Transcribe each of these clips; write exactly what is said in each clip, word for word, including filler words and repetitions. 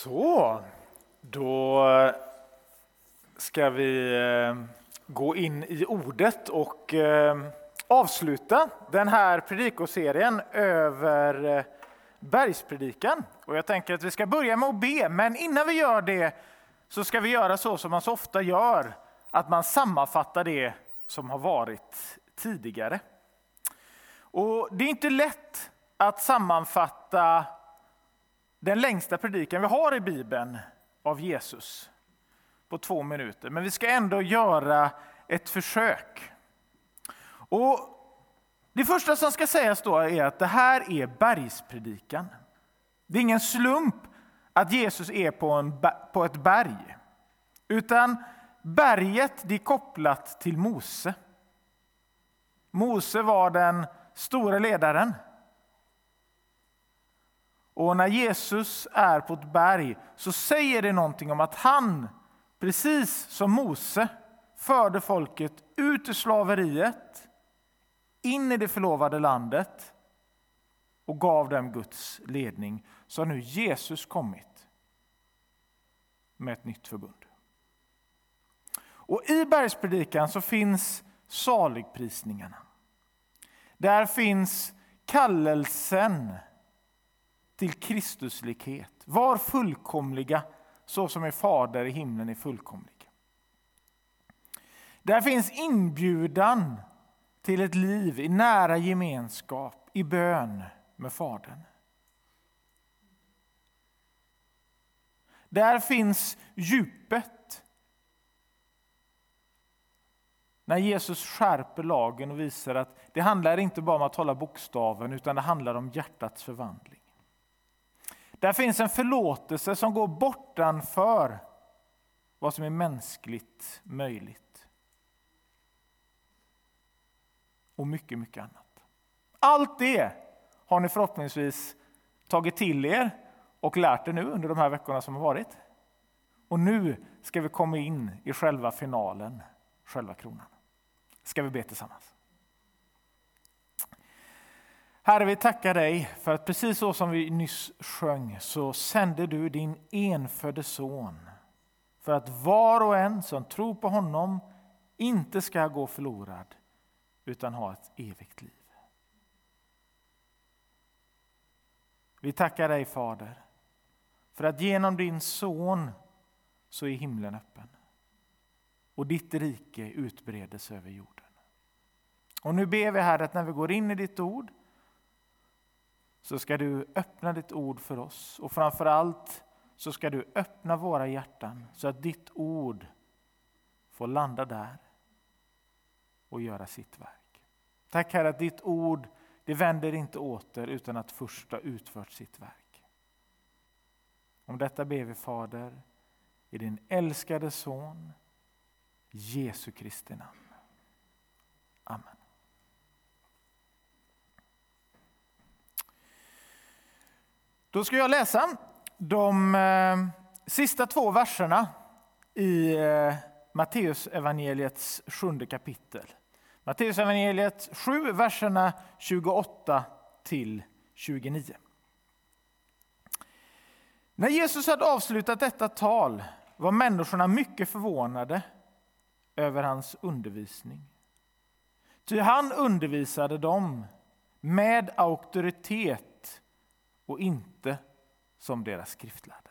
Så, då ska vi gå in i ordet och avsluta den här predikoserien över bergspredikan. Och jag tänker att vi ska börja med att be, men innan vi gör det så ska vi göra så som man så ofta gör, att man sammanfattar det som har varit tidigare. Och det är inte lätt att sammanfatta den längsta predikan vi har i Bibeln av Jesus på två minuter. Men vi ska ändå göra ett försök. Och det första som ska sägas då är att det här är bergspredikan. Det är ingen slump att Jesus är på, en, på ett berg. Utan berget det är kopplat till Mose. Mose var den stora ledaren. Och när Jesus är på ett berg så säger det någonting om att han, precis som Mose, förde folket ut ur slaveriet, in i det förlovade landet och gav dem Guds ledning. Så har nu Jesus kommit med ett nytt förbund. Och i bergspredikan så finns saligprisningarna. Där finns kallelsen till Kristuslikhet. Var fullkomliga så som er fader i himlen är fullkomlig. Där finns inbjudan till ett liv i nära gemenskap, i bön med fadern. Där finns djupet. När Jesus skärper lagen och visar att det handlar inte bara om att hålla bokstaven, utan det handlar om hjärtats förvandling. Där finns en förlåtelse som går bortanför vad som är mänskligt möjligt. Och mycket, mycket annat. Allt det har ni förhoppningsvis tagit till er och lärt er nu under de här veckorna som har varit. Och nu ska vi komma in i själva finalen, själva kronan. Ska vi be tillsammans. Herre, vi tackar dig för att precis så som vi nyss sjöng så sände du din enfödde son för att var och en som tror på honom inte ska gå förlorad utan ha ett evigt liv. Vi tackar dig, Fader, för att genom din son så är himlen öppen och ditt rike utbredes över jorden. Och nu ber vi, Herre, att när vi går in i ditt ord så ska du öppna ditt ord för oss. Och framförallt så ska du öppna våra hjärtan så att ditt ord får landa där och göra sitt verk. Tack, Herre, att ditt ord det vänder inte åter utan att först ha utfört sitt verk. Om detta ber vi, Fader, i din älskade son Jesu Kristi namn. Amen. Då ska jag läsa de eh, sista två verserna i eh, Matteus evangeliets sjunde kapitel. Matteus evangeliet sju, verserna tjugoåtta till tjugonio. När Jesus hade avslutat detta tal var människorna mycket förvånade över hans undervisning. Ty han undervisade dem med auktoritet och inte som deras skriftlärda.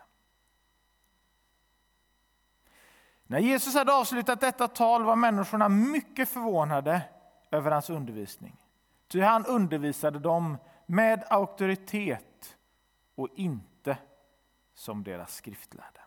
När Jesus hade avslutat detta tal var människorna mycket förvånade över hans undervisning. Ty han undervisade dem med auktoritet och inte som deras skriftlärda.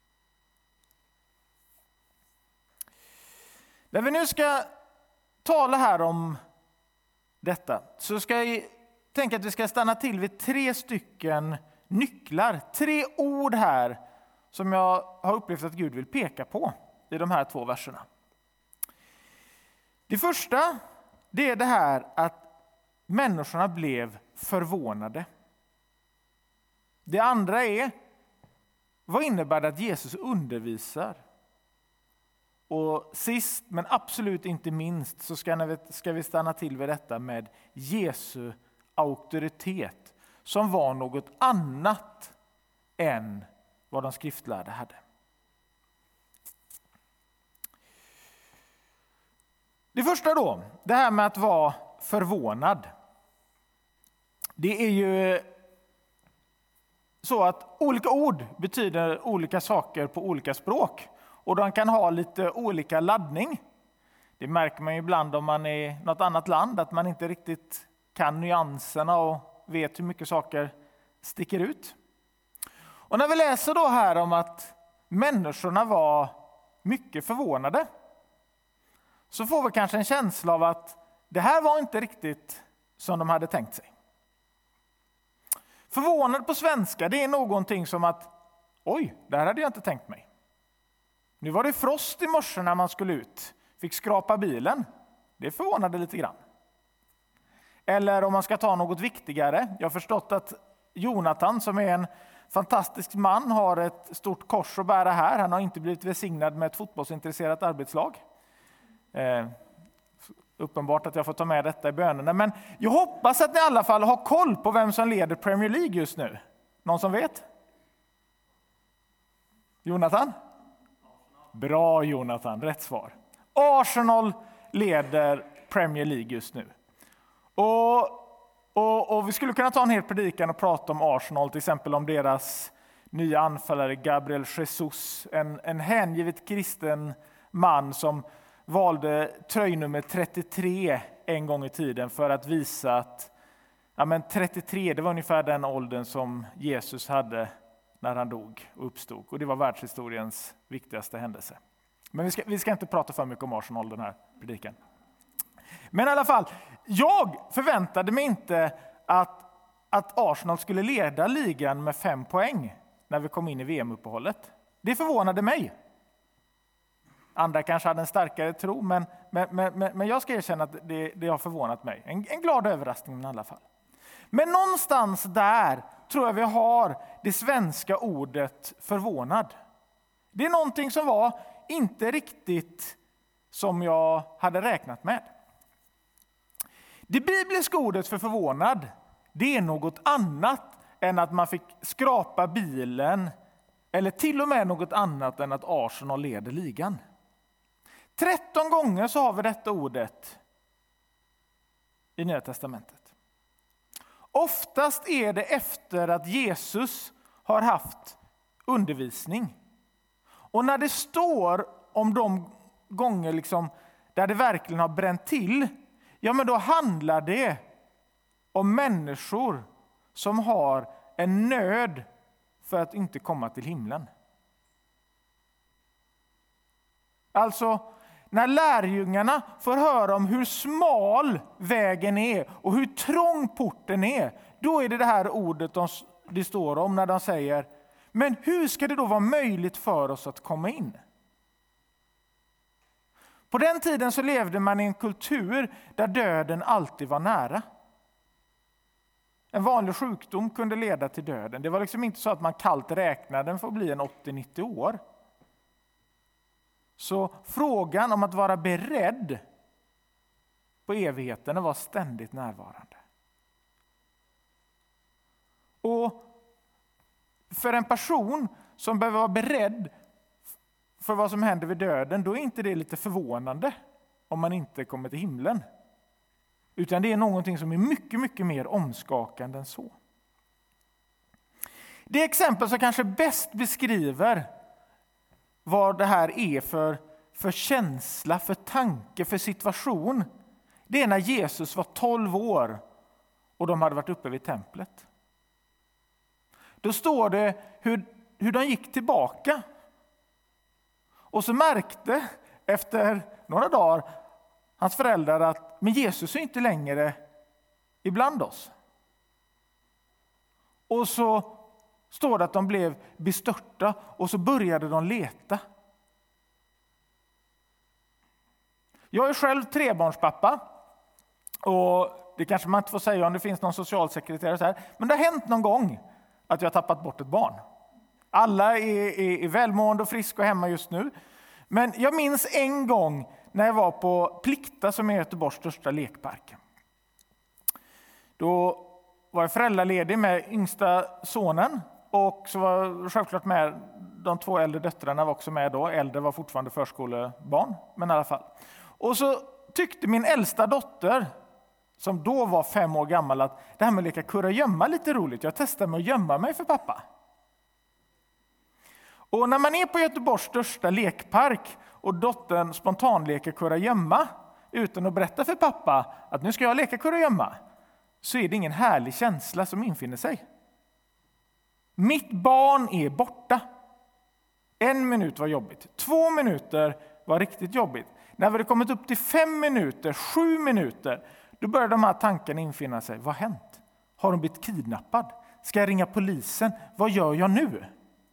När vi nu ska tala här om detta så ska jag tänka att vi ska stanna till vid tre stycken nycklar. Tre ord här som jag har upplevt att Gud vill peka på i de här två verserna. Det första det är det här att människorna blev förvånade. Det andra är, vad innebär det att Jesus undervisar? Och sist men absolut inte minst så ska vi, ska vi stanna till vid detta med Jesu auktoritet som var något annat än vad de skriftlärde hade. Det första då, det här med att vara förvånad. Det är ju så att olika ord betyder olika saker på olika språk. Och de kan ha lite olika laddning. Det märker man ju ibland om man är i något annat land, att man inte riktigt kan nyanserna och vet hur mycket saker sticker ut. Och när vi läser då här om att människorna var mycket förvånade, så får vi kanske en känsla av att det här var inte riktigt som de hade tänkt sig. Förvånad på svenska, det är någonting som att oj, det här hade jag inte tänkt mig. Nu var det frost i morse när man skulle ut. Fick skrapa bilen. Det förvånade lite grann. Eller om man ska ta något viktigare. Jag har förstått att Jonathan, som är en fantastisk man, har ett stort kors att bära här. Han har inte blivit välsignad med ett fotbollsintresserat arbetslag. Eh, uppenbart att jag får ta med detta i bönerna. Men jag hoppas att ni i alla fall har koll på vem som leder Premier League just nu. Någon som vet? Jonathan? Bra Jonathan, rätt svar. Arsenal leder Premier League just nu. Och, och, och vi skulle kunna ta en hel predikan och prata om Arsenal, till exempel om deras nya anfallare Gabriel Jesus. En, en hängivet kristen man som valde tröjnummer trettiotre en gång i tiden för att visa att ja, men trettiotre, det var ungefär den åldern som Jesus hade när han dog och uppstod. Och det var världshistoriens viktigaste händelse. Men vi ska, vi ska inte prata för mycket om Arsenal den här predikan. Men i alla fall, jag förväntade mig inte att, att Arsenal skulle leda ligan med fem poäng när vi kom in i V M-uppehållet. Det förvånade mig. Andra kanske hade en starkare tro, men, men, men, men jag ska erkänna att det, det har förvånat mig. En, en glad överraskning i alla fall. Men någonstans där tror jag vi har det svenska ordet förvånad. Det är någonting som var inte riktigt som jag hade räknat med. Det bibliska ordet för förvånad, det är något annat än att man fick skrapa bilen, eller till och med något annat än att Arsenal leder ligan. tretton gånger så har vi detta ordet i Nya testamentet. Oftast är det efter att Jesus har haft undervisning. Och när det står om de gånger liksom där det verkligen har bränt till, ja men då handlar det om människor som har en nöd för att inte komma till himlen. Alltså, när lärjungarna får höra om hur smal vägen är och hur trång porten är, då är det det här ordet de, det står om när de säger, men hur ska det då vara möjligt för oss att komma in? På den tiden så levde man i en kultur där döden alltid var nära. En vanlig sjukdom kunde leda till döden. Det var liksom inte så att man kallt räknade den för att bli en åttio nittio år. Så frågan om att vara beredd på evigheten var ständigt närvarande. Och för en person som behöver vara beredd för vad som händer vid döden, då är inte det lite förvånande om man inte kommer till himlen. Utan det är någonting som är mycket, mycket mer omskakande än så. Det exempel som kanske bäst beskriver vad det här är för, för känsla, för tanke, för situation, det är när Jesus var tolv år och de hade varit uppe vid templet. Då står det hur, hur de gick tillbaka. Och så märkte efter några dagar hans föräldrar att men Jesus är inte längre ibland oss. Och så står det att de blev bestörta och så började de leta. Jag är själv trebarnspappa och det kanske man inte får säga om det finns någon socialsekreterare så här, men det har hänt någon gång att jag har tappat bort ett barn. Alla är, är, är välmående och friska och hemma just nu. Men jag minns en gång när jag var på Plikta, som är Göteborgs största lekpark. Då var jag föräldraledig med yngsta sonen och så var självklart med, de två äldre döttrarna var också med då. Äldre var fortfarande förskolebarn, men i alla fall. Och så tyckte min äldsta dotter, som då var fem år gammal, att det här med att leka kurragömma är lite roligt. Jag testar med att gömma mig för pappa. Och när man är på Göteborgs största lekpark och dottern spontanleker kurragömma utan att berätta för pappa att nu ska jag leka kurragömma, så är det ingen härlig känsla som infinner sig. Mitt barn är borta. En minut var jobbigt. Två minuter var riktigt jobbigt. När vi hade kommit upp till fem minuter, sju minuter, då började de här tankarna infinna sig. Vad har hänt? Har de blivit kidnappad? Ska jag ringa polisen? Vad gör jag nu?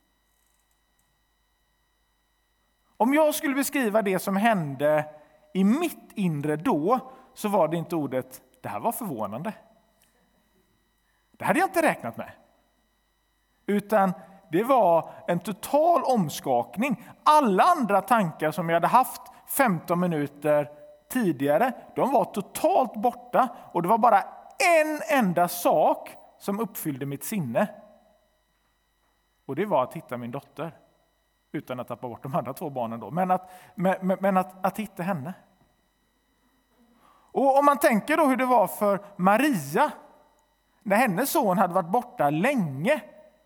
Om jag skulle beskriva det som hände i mitt inre då, så var det inte ordet det här var förvånande. Det hade jag inte räknat med. Utan det var en total omskakning. Alla andra tankar som jag hade haft femton minuter tidigare, de var totalt borta. Och det var bara en enda sak som uppfyllde mitt sinne. Och det var att hitta min dotter. Utan att tappa bort de andra två barnen då. Men att, men, men att, att hitta henne. Och om man tänker då hur det var för Maria, när hennes son hade varit borta länge.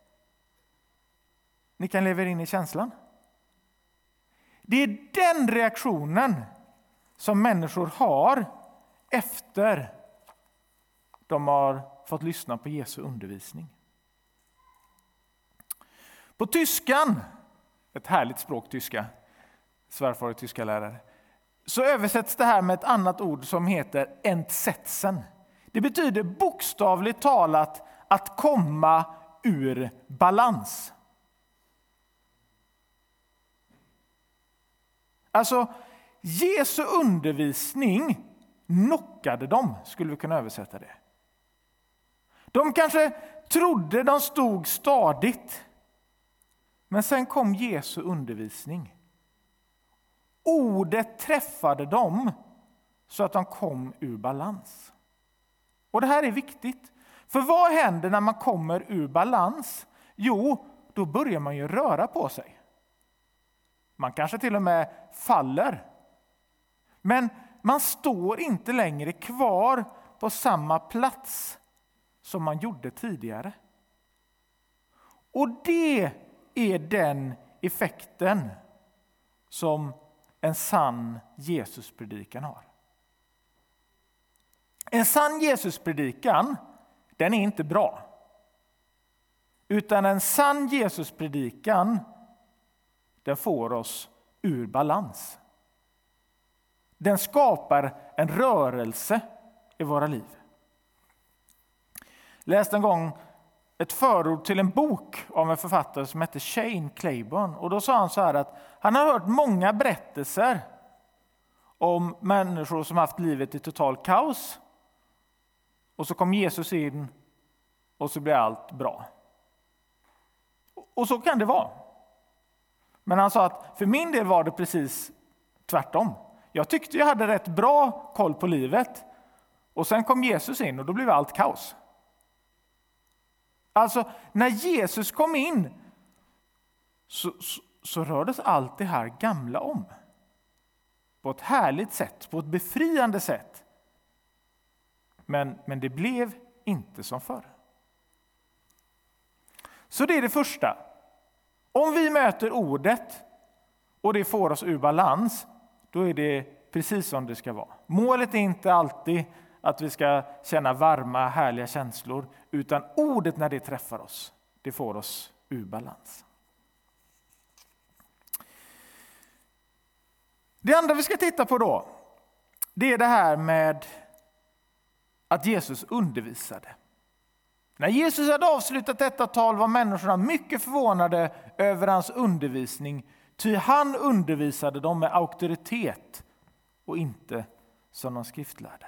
Ni kan leva in i känslan. Det är den reaktionen som människor har efter de har fått lyssna på Jesu undervisning. På tyskan, ett härligt språk tyska, svärfar och tyska lärare, så översätts det här med ett annat ord som heter entsetzen. Det betyder bokstavligt talat att komma ur balans. Alltså, Jesu undervisning knockade dem, skulle vi kunna översätta det. De kanske trodde de stod stadigt. Men sen kom Jesu undervisning. Ordet träffade dem så att de kom ur balans. Och det här är viktigt. För vad händer när man kommer ur balans? Jo, då börjar man ju röra på sig. Man kanske till och med faller. Men man står inte längre kvar på samma plats som man gjorde tidigare. Och det är den effekten som en sann Jesuspredikan har. En sann Jesuspredikan, den är inte bra. Utan en sann Jesuspredikan, den får oss ur balans. Den skapar en rörelse i våra liv. Jag läste en gång ett förord till en bok av en författare som heter Shane Claiborne. Och då sa han så här att han har hört många berättelser om människor som haft livet i total kaos. Och så kom Jesus in och så blir allt bra. Och så kan det vara. Men han sa att för min del var det precis tvärtom. Jag tyckte jag hade rätt bra koll på livet. Och sen kom Jesus in och då blev allt kaos. Alltså, när Jesus kom in så, så, så rördes allt det här gamla om. På ett härligt sätt, på ett befriande sätt. Men, men det blev inte som förr. Så det är det första. Om vi möter ordet och det får oss ur balans, då är det precis som det ska vara. Målet är inte alltid att vi ska känna varma, härliga känslor, utan ordet när det träffar oss, det får oss ur balans. Det andra vi ska titta på då, det är det här med att Jesus undervisade. När Jesus hade avslutat detta tal var människorna mycket förvånade över hans undervisning, ty han undervisade dem med auktoritet och inte som de skriftlärde.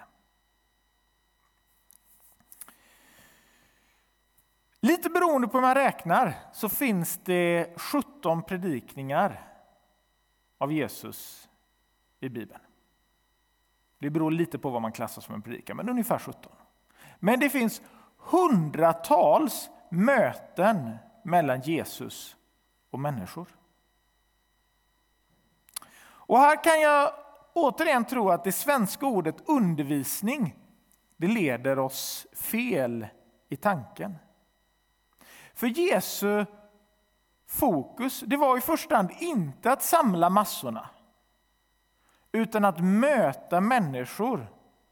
Lite beroende på hur man räknar så finns det sjutton predikningar av Jesus i Bibeln. Det beror lite på vad man klassar som en predikan, men ungefär sjutton. Men det finns hundratals möten mellan Jesus och människor. Och här kan jag återigen tro att det svenska ordet undervisning, det leder oss fel i tanken. För Jesu fokus, det var i första hand inte att samla massorna, utan att möta människor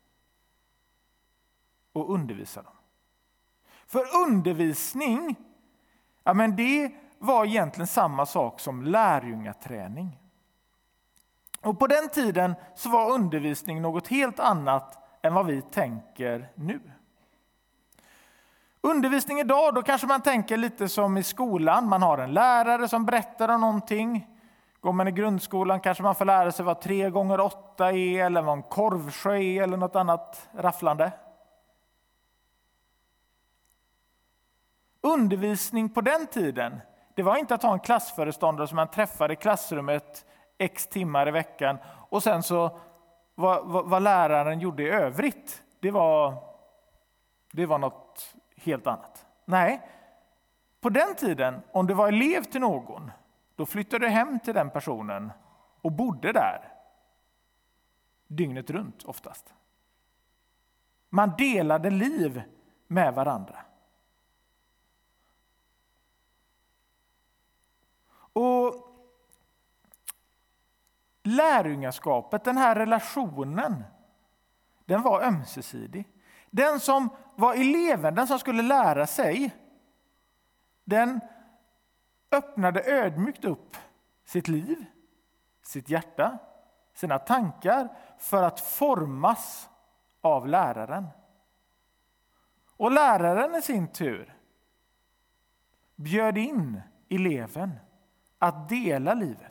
och undervisa dem. För undervisning, ja men det var egentligen samma sak som lärjungaträning. Och på den tiden så var undervisning något helt annat än vad vi tänker nu. Undervisning idag, då kanske man tänker lite som i skolan. Man har en lärare som berättar om någonting. Går man i grundskolan kanske man får lära sig vad tre gånger åtta är, eller vad en korvsjö är, eller något annat rafflande. Undervisning på den tiden, det var inte att ha en klassföreståndare som man träffade i klassrummet x timmar i veckan och sen så vad, vad, vad läraren gjorde i övrigt, det var, det var något helt annat. Nej, på den tiden, om du var elev till någon, då flyttade du hem till den personen och bodde där dygnet runt oftast. Man delade liv med varandra. Och lärjungaskapet, den här relationen, den var ömsesidig. Den som var eleven, den som skulle lära sig, den öppnade ödmjukt upp sitt liv, sitt hjärta, sina tankar för att formas av läraren. Och läraren i sin tur bjöd in eleven att dela livet.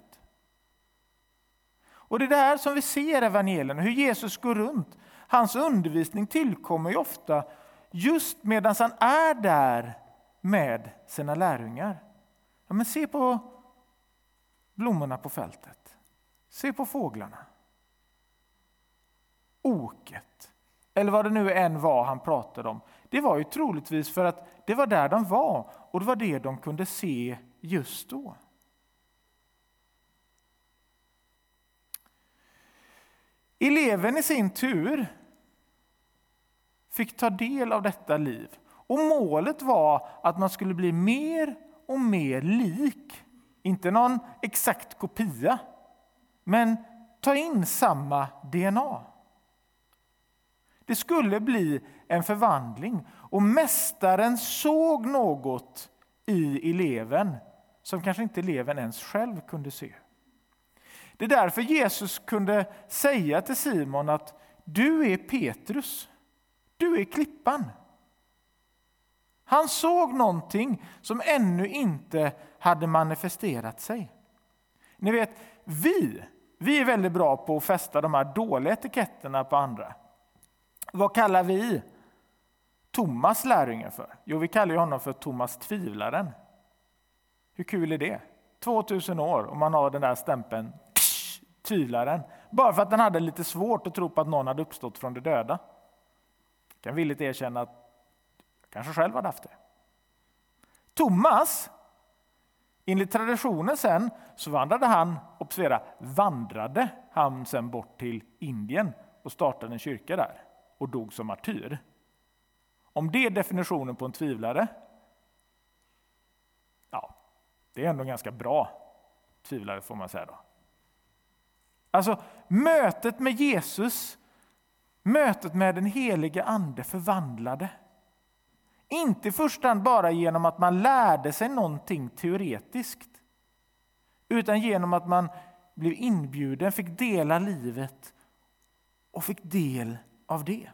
Och det är där som vi ser evangelierna, hur Jesus går runt. Hans undervisning tillkommer ju ofta just medan han är där med sina lärjungar. Ja, men se på blommorna på fältet. Se på fåglarna. Oket. Eller vad det nu än var han pratade om. Det var ju troligtvis för att det var där de var. Och det var det de kunde se just då. Eleven i sin tur fick ta del av detta liv. Och målet var att man skulle bli mer och mer lik. Inte någon exakt kopia, men ta in samma D N A. Det skulle bli en förvandling. Och mästaren såg något i eleven som kanske inte eleven ens själv kunde se. Det är därför Jesus kunde säga till Simon att du är Petrus, du är klippan. Han såg någonting som ännu inte hade manifesterat sig. Ni vet, vi, vi är väldigt bra på att fästa de här dåliga etiketterna på andra. Vad kallar vi Thomas lärjunge för? Jo, vi kallar ju honom för Thomas tvivlaren. Hur kul är det? tvåtusen år och man har den där stämpeln tvivlaren. Bara för att den hade lite svårt att tro på att någon hade uppstått från de döda. Jag kan villigt erkänna att jag kanske själv hade haft det. Thomas, enligt traditionen sen, så vandrade han, observera, vandrade han sen bort till Indien och startade en kyrka där och dog som martyr. Om det är definitionen på en tvivlare, ja, det är ändå ganska bra tvivlare får man säga då. Alltså mötet med Jesus, mötet med den heliga ande förvandlade. Inte i första hand bara genom att man lärde sig någonting teoretiskt, utan genom att man blev inbjuden, fick dela livet och fick del av det.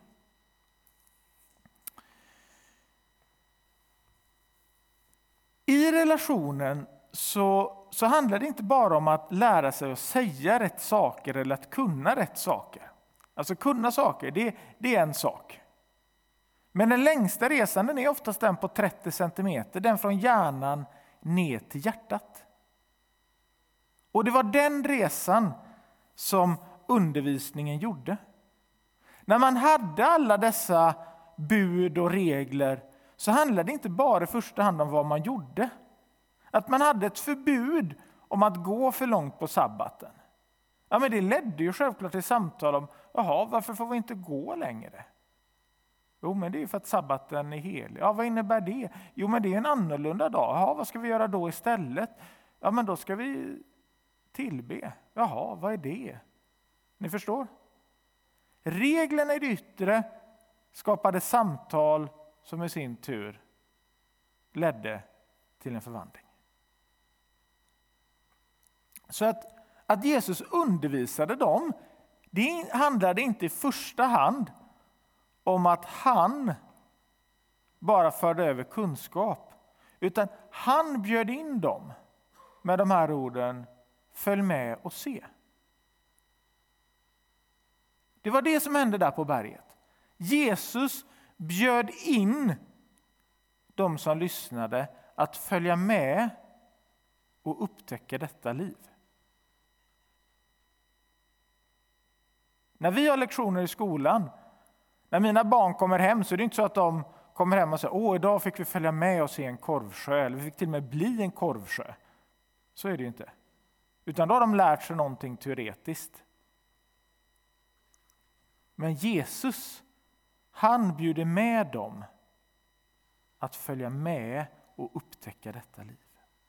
I relationen så, så handlar det inte bara om att lära sig att säga rätt saker eller att kunna rätt saker. Alltså kunna saker, det, det är en sak. Men den längsta resan den är oftast den på trettio centimeter, den från hjärnan ner till hjärtat. Och det var den resan som undervisningen gjorde. När man hade alla dessa bud och regler så handlade det inte bara i första hand om vad man gjorde, Att man hade ett förbud om att gå för långt på sabbaten. Ja, men det ledde ju självklart till samtal om, jaha, varför får vi inte gå längre? Jo, men det är ju för att sabbaten är helig. Ja, vad innebär det? Jo, men det är en annorlunda dag. Jaha, vad ska vi göra då istället? Ja, men då ska vi tillbe. Jaha, vad är det? Ni förstår? Reglerna i det yttre skapade samtal som i sin tur ledde till en förvandling. Så att, att Jesus undervisade dem, det handlade inte i första hand om att han bara förde över kunskap, utan han bjöd in dem med de här orden: följ med och se. Det var det som hände där på berget. Jesus bjöd in de som lyssnade att följa med och upptäcka detta liv. När vi har lektioner i skolan, när mina barn kommer hem, så är det inte så att de kommer hem och säger: åh, idag fick vi följa med och se en korvsjö, eller vi fick till och med bli en korvsjö. Så är det ju inte. Utan då har de lärt sig någonting teoretiskt. Men Jesus, han bjuder med dem att följa med och upptäcka detta liv.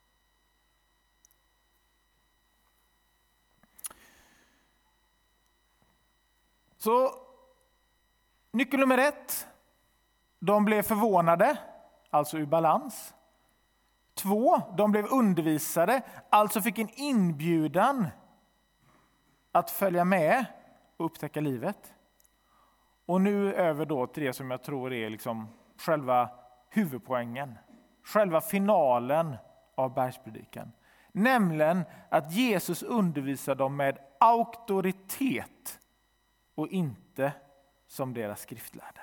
Så nyckel nummer ett, de blev förvånade, alltså ur balans. Två, de blev undervisade, alltså fick en inbjudan att följa med och upptäcka livet. Och nu över då till det som jag tror är liksom själva huvudpoängen, själva finalen av bergspredikan. Nämligen att Jesus undervisar dem med auktoritet och inte som deras skriftlärda.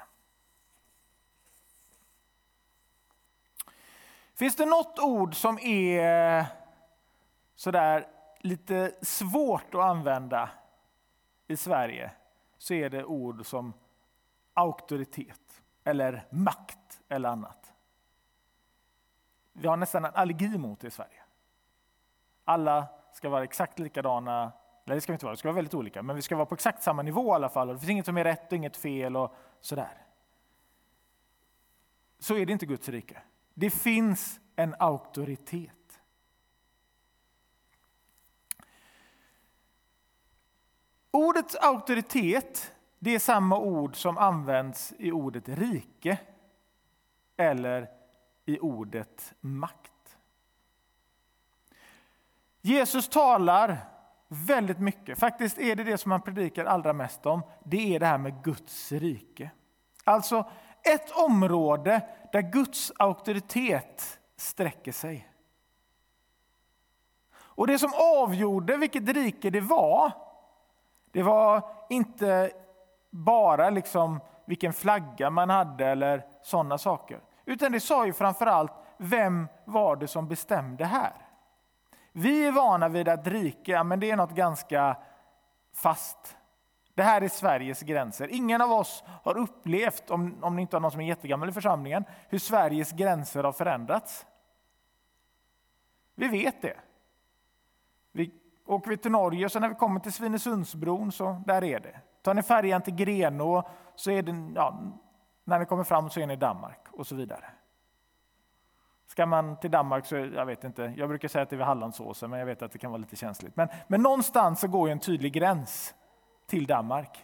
Finns det något ord som är sådär lite svårt att använda i Sverige, så är det ord som auktoritet eller makt eller annat. Vi har nästan en allergi mot det i Sverige. Alla ska vara exakt likadana. Nej, det ska vi inte vara. Det ska vara väldigt olika. Men vi ska vara på exakt samma nivå i alla fall. Och det finns inget som är rätt och inget fel och sådär. Så är det inte Guds rike. Det finns en auktoritet. Ordet auktoritet, det är samma ord som används i ordet rike eller i ordet makt. Jesus talar väldigt mycket. Faktiskt är det det som han predikar allra mest om. Det är det här med Guds rike. Alltså ett område där Guds auktoritet sträcker sig. Och det som avgjorde vilket rike det var, det var inte bara liksom vilken flagga man hade eller sådana saker. Utan det sa ju framförallt, vem var det som bestämde här? Vi är vana vid att rike, men det är något ganska fast. Det här är Sveriges gränser. Ingen av oss har upplevt, om, om ni inte har någon som är jättegammal i församlingen, hur Sveriges gränser har förändrats. Vi vet det. Vi åker vi till Norge, så när vi kommer till Svinesundsbron, så där är det. Tar ni färjan till Grenå, så är det, ja, när ni kommer fram så är ni i Danmark och så vidare. Ska man till Danmark så, jag vet inte, jag brukar säga att det är vid Hallandsåsen, men jag vet att det kan vara lite känsligt. Men, men någonstans så går ju en tydlig gräns till Danmark.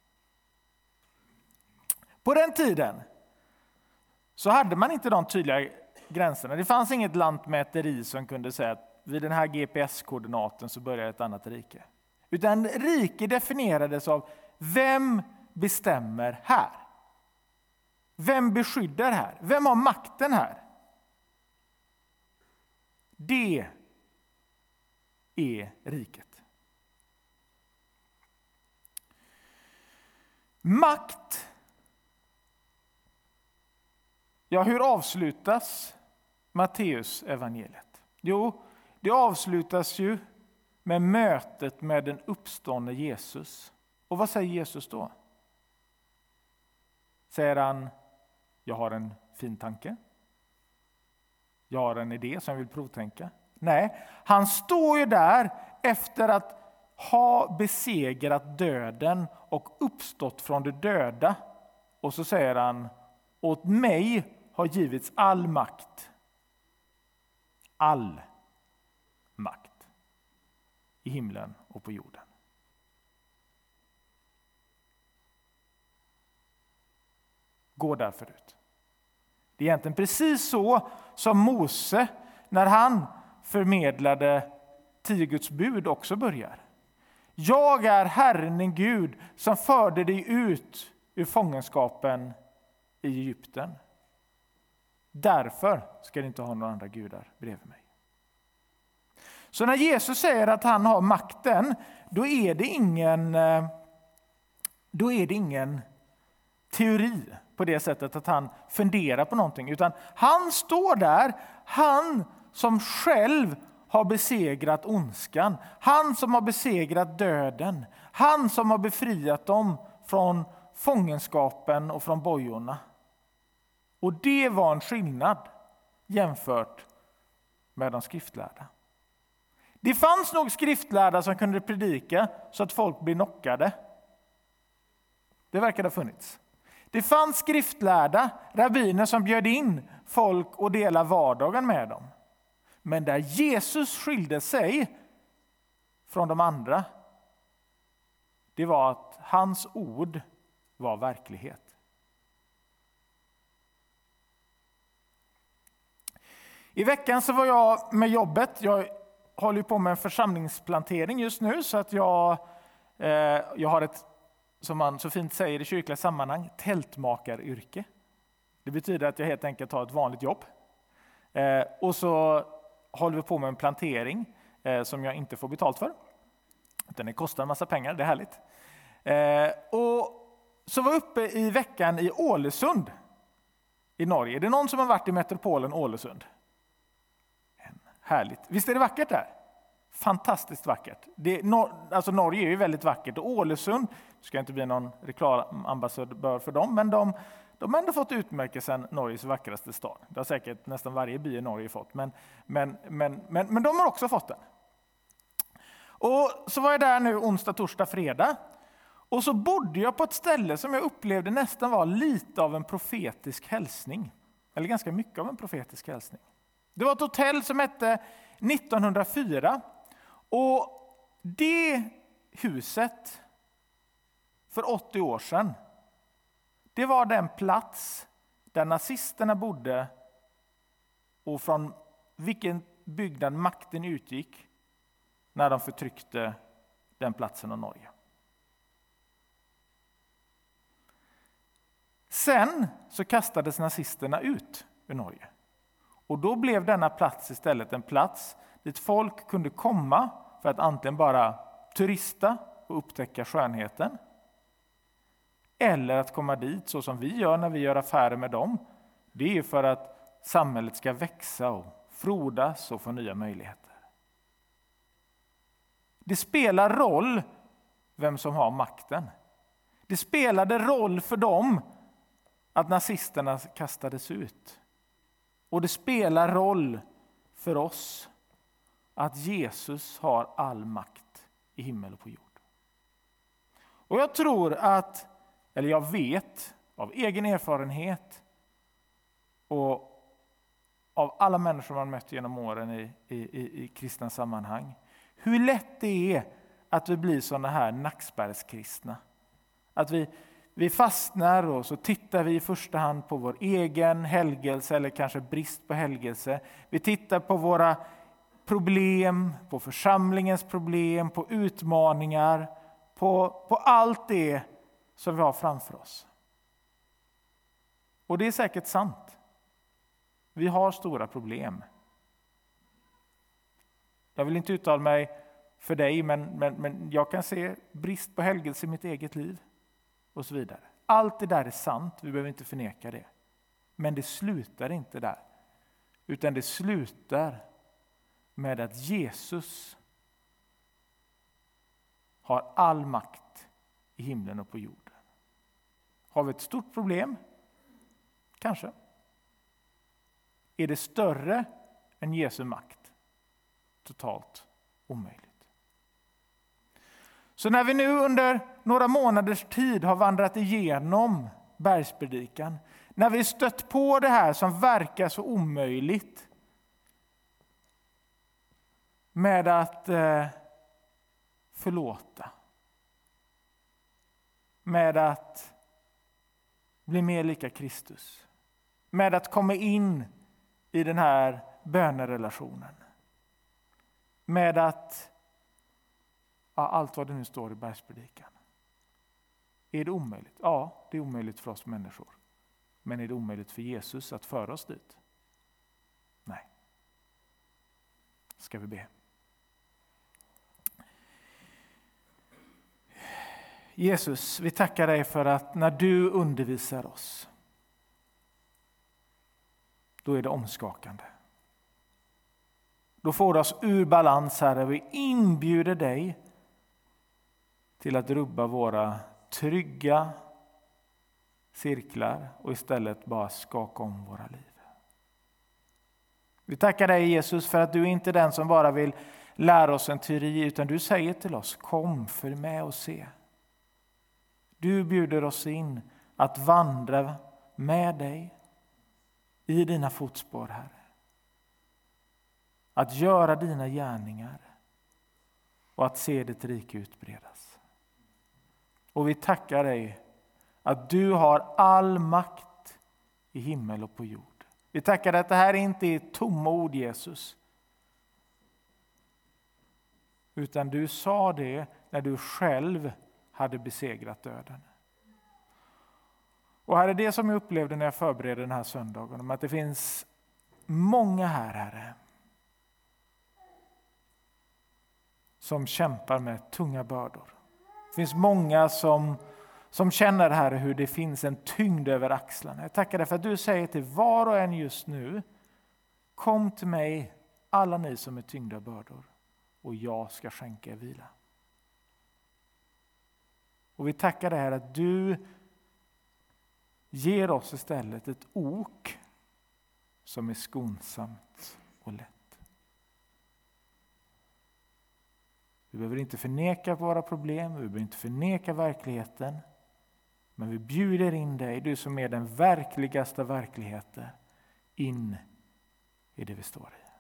På den tiden så hade man inte de tydliga gränserna. Det fanns inget lantmäteri som kunde säga att vid den här G P S-koordinaten så börjar ett annat rike. Utan rike definierades av vem bestämmer här? Vem beskyddar här? Vem har makten här? Det är riket. Makt. Ja, hur avslutas Matteus evangeliet? Jo, det avslutas ju med mötet med den uppståndne Jesus. Och vad säger Jesus då? Säger han, jag har en fin tanke? Jag har en idé som jag vill provtänka. Nej, han står ju där efter att ha besegrat döden och uppstått från de döda. Och så säger han, åt mig har givits all makt. All makt. I himlen och på jorden. Gå därför ut. Det är egentligen precis så som Mose, när han förmedlade tio Guds bud, också börjar. Jag är Herren din Gud som förde dig ut ur fångenskapen i Egypten. Därför ska ni inte ha några andra gudar bredvid mig. Så när Jesus säger att han har makten, då är det ingen, då är det ingen teori på det sättet att han funderar på någonting. Utan han står där, han som själv har besegrat ondskan. Han som har besegrat döden. Han som har befriat dem från fångenskapen och från bojorna. Och det var en skillnad jämfört med de skriftlärda. Det fanns nog skriftlärda som kunde predika så att folk blir knockade. Det verkar ha funnits. Det fanns skriftlärda, rabbiner som bjöd in folk och dela vardagen med dem. Men där Jesus skilde sig från de andra, det var att hans ord var verklighet. I veckan så var jag med jobbet. Jag håller på med en församlingsplantering just nu, så att jag, eh, jag har ett, som man så fint säger i kyrkliga sammanhang, tältmakaryrke. Det betyder att jag helt enkelt har ett vanligt jobb. Eh, och så håller vi på med en plantering eh, som jag inte får betalt för. Utan det kostar en massa pengar, det är härligt. Eh, och så var jag uppe i veckan i Ålesund i Norge. Är det någon som har varit i metropolen Ålesund? Härligt. Visst är det vackert där? Fantastiskt vackert. Det, nor- alltså Norge är ju väldigt vackert. Och Ålesund, ska inte bli någon reklamambassadör för dem, men de, de har ändå fått utmärkelsen Norges vackraste stad. Det har säkert nästan varje by i Norge fått, men, men, men, men, men de har också fått den. Och så var jag där nu onsdag, torsdag, fredag. Och så bodde jag på ett ställe som jag upplevde nästan var lite av en profetisk hälsning. Eller ganska mycket av en profetisk hälsning. Det var ett hotell som hette nittonhundrafyra. Och det huset för åttio år sedan, det var den plats där nazisterna bodde och från vilken byggnad makten utgick när de förtryckte den platsen av Norge. Sen så kastades nazisterna ut ur Norge. Och då blev denna plats istället en plats dit folk kunde komma för att antingen bara turista och upptäcka skönheten. Eller att komma dit så som vi gör när vi gör affärer med dem. Det är för att samhället ska växa och frodas och få nya möjligheter. Det spelar roll vem som har makten. Det spelade roll för dem att nazisterna kastades ut. Och det spelar roll för oss att Jesus har all makt i himmel och på jord. Och jag tror att, eller jag vet av egen erfarenhet och av alla människor man mött genom åren i, i, i kristna sammanhang, hur lätt det är att vi blir sådana här nackspärrskristna. Att vi Vi fastnar och så tittar vi i första hand på vår egen helgelse eller kanske brist på helgelse. Vi tittar på våra problem, på församlingens problem, på utmaningar, på, på allt det som vi har framför oss. Och det är säkert sant. Vi har stora problem. Jag vill inte uttala mig för dig, men, men, men jag kan se brist på helgelse i mitt eget liv. Och så vidare. Allt det där är sant, vi behöver inte förneka det. Men det slutar inte där. Utan det slutar med att Jesus har all makt i himlen och på jorden. Har vi ett stort problem? Kanske. Är det större än Jesu makt. Totalt omöjligt. Så när vi nu under några månaders tid har vandrat igenom bergspredikan, när vi stött på det här som verkar så omöjligt med att eh, förlåta, med att bli mer lika Kristus, med att komma in i den här bönerelationen, med att ja, allt vad det nu står i bergspredikan. Är det omöjligt? Ja, det är omöjligt för oss människor. Men är det omöjligt för Jesus att föra oss dit? Nej. Ska vi be. Jesus, vi tackar dig för att när du undervisar oss, då är det omskakande. Då får det oss ur balans, Herre. Vi inbjuder dig till att rubba våra trygga cirklar och istället bara skaka om våra liv. Vi tackar dig, Jesus, för att du inte är den som bara vill lära oss en teori, utan du säger till oss: kom, följ med och se. Du bjuder oss in att vandra med dig i dina fotspår, Herre. Att göra dina gärningar och att se ditt rike utbredas. Och vi tackar dig att du har all makt i himmel och på jord. Vi tackar dig att det här inte är tomma ord, Jesus. Utan du sa det när du själv hade besegrat döden. Och här är det som jag upplevde när jag förberedde den här söndagen. Om att det finns många här, Herre, som kämpar med tunga bördor. Det finns många som, som känner, Herre, hur det finns en tyngd över axlarna. Jag tackar dig för att du säger till var och en just nu: kom till mig, alla ni som är tyngda bördor, och jag ska skänka er vila. Och vi tackar dig, Herre, att du ger oss istället ett ok som är skonsamt och lätt. Vi behöver inte förneka våra problem, vi behöver inte förneka verkligheten. Men vi bjuder in dig, du som är den verkligaste verkligheten, in i det vi står i.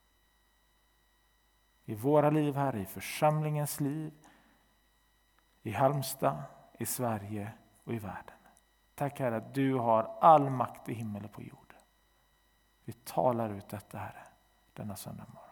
I våra liv här, i församlingens liv, i Halmstad, i Sverige och i världen. Tack, Herre, att du har all makt i himmel och på jord. Vi talar ut detta, Herre, denna söndag morgon.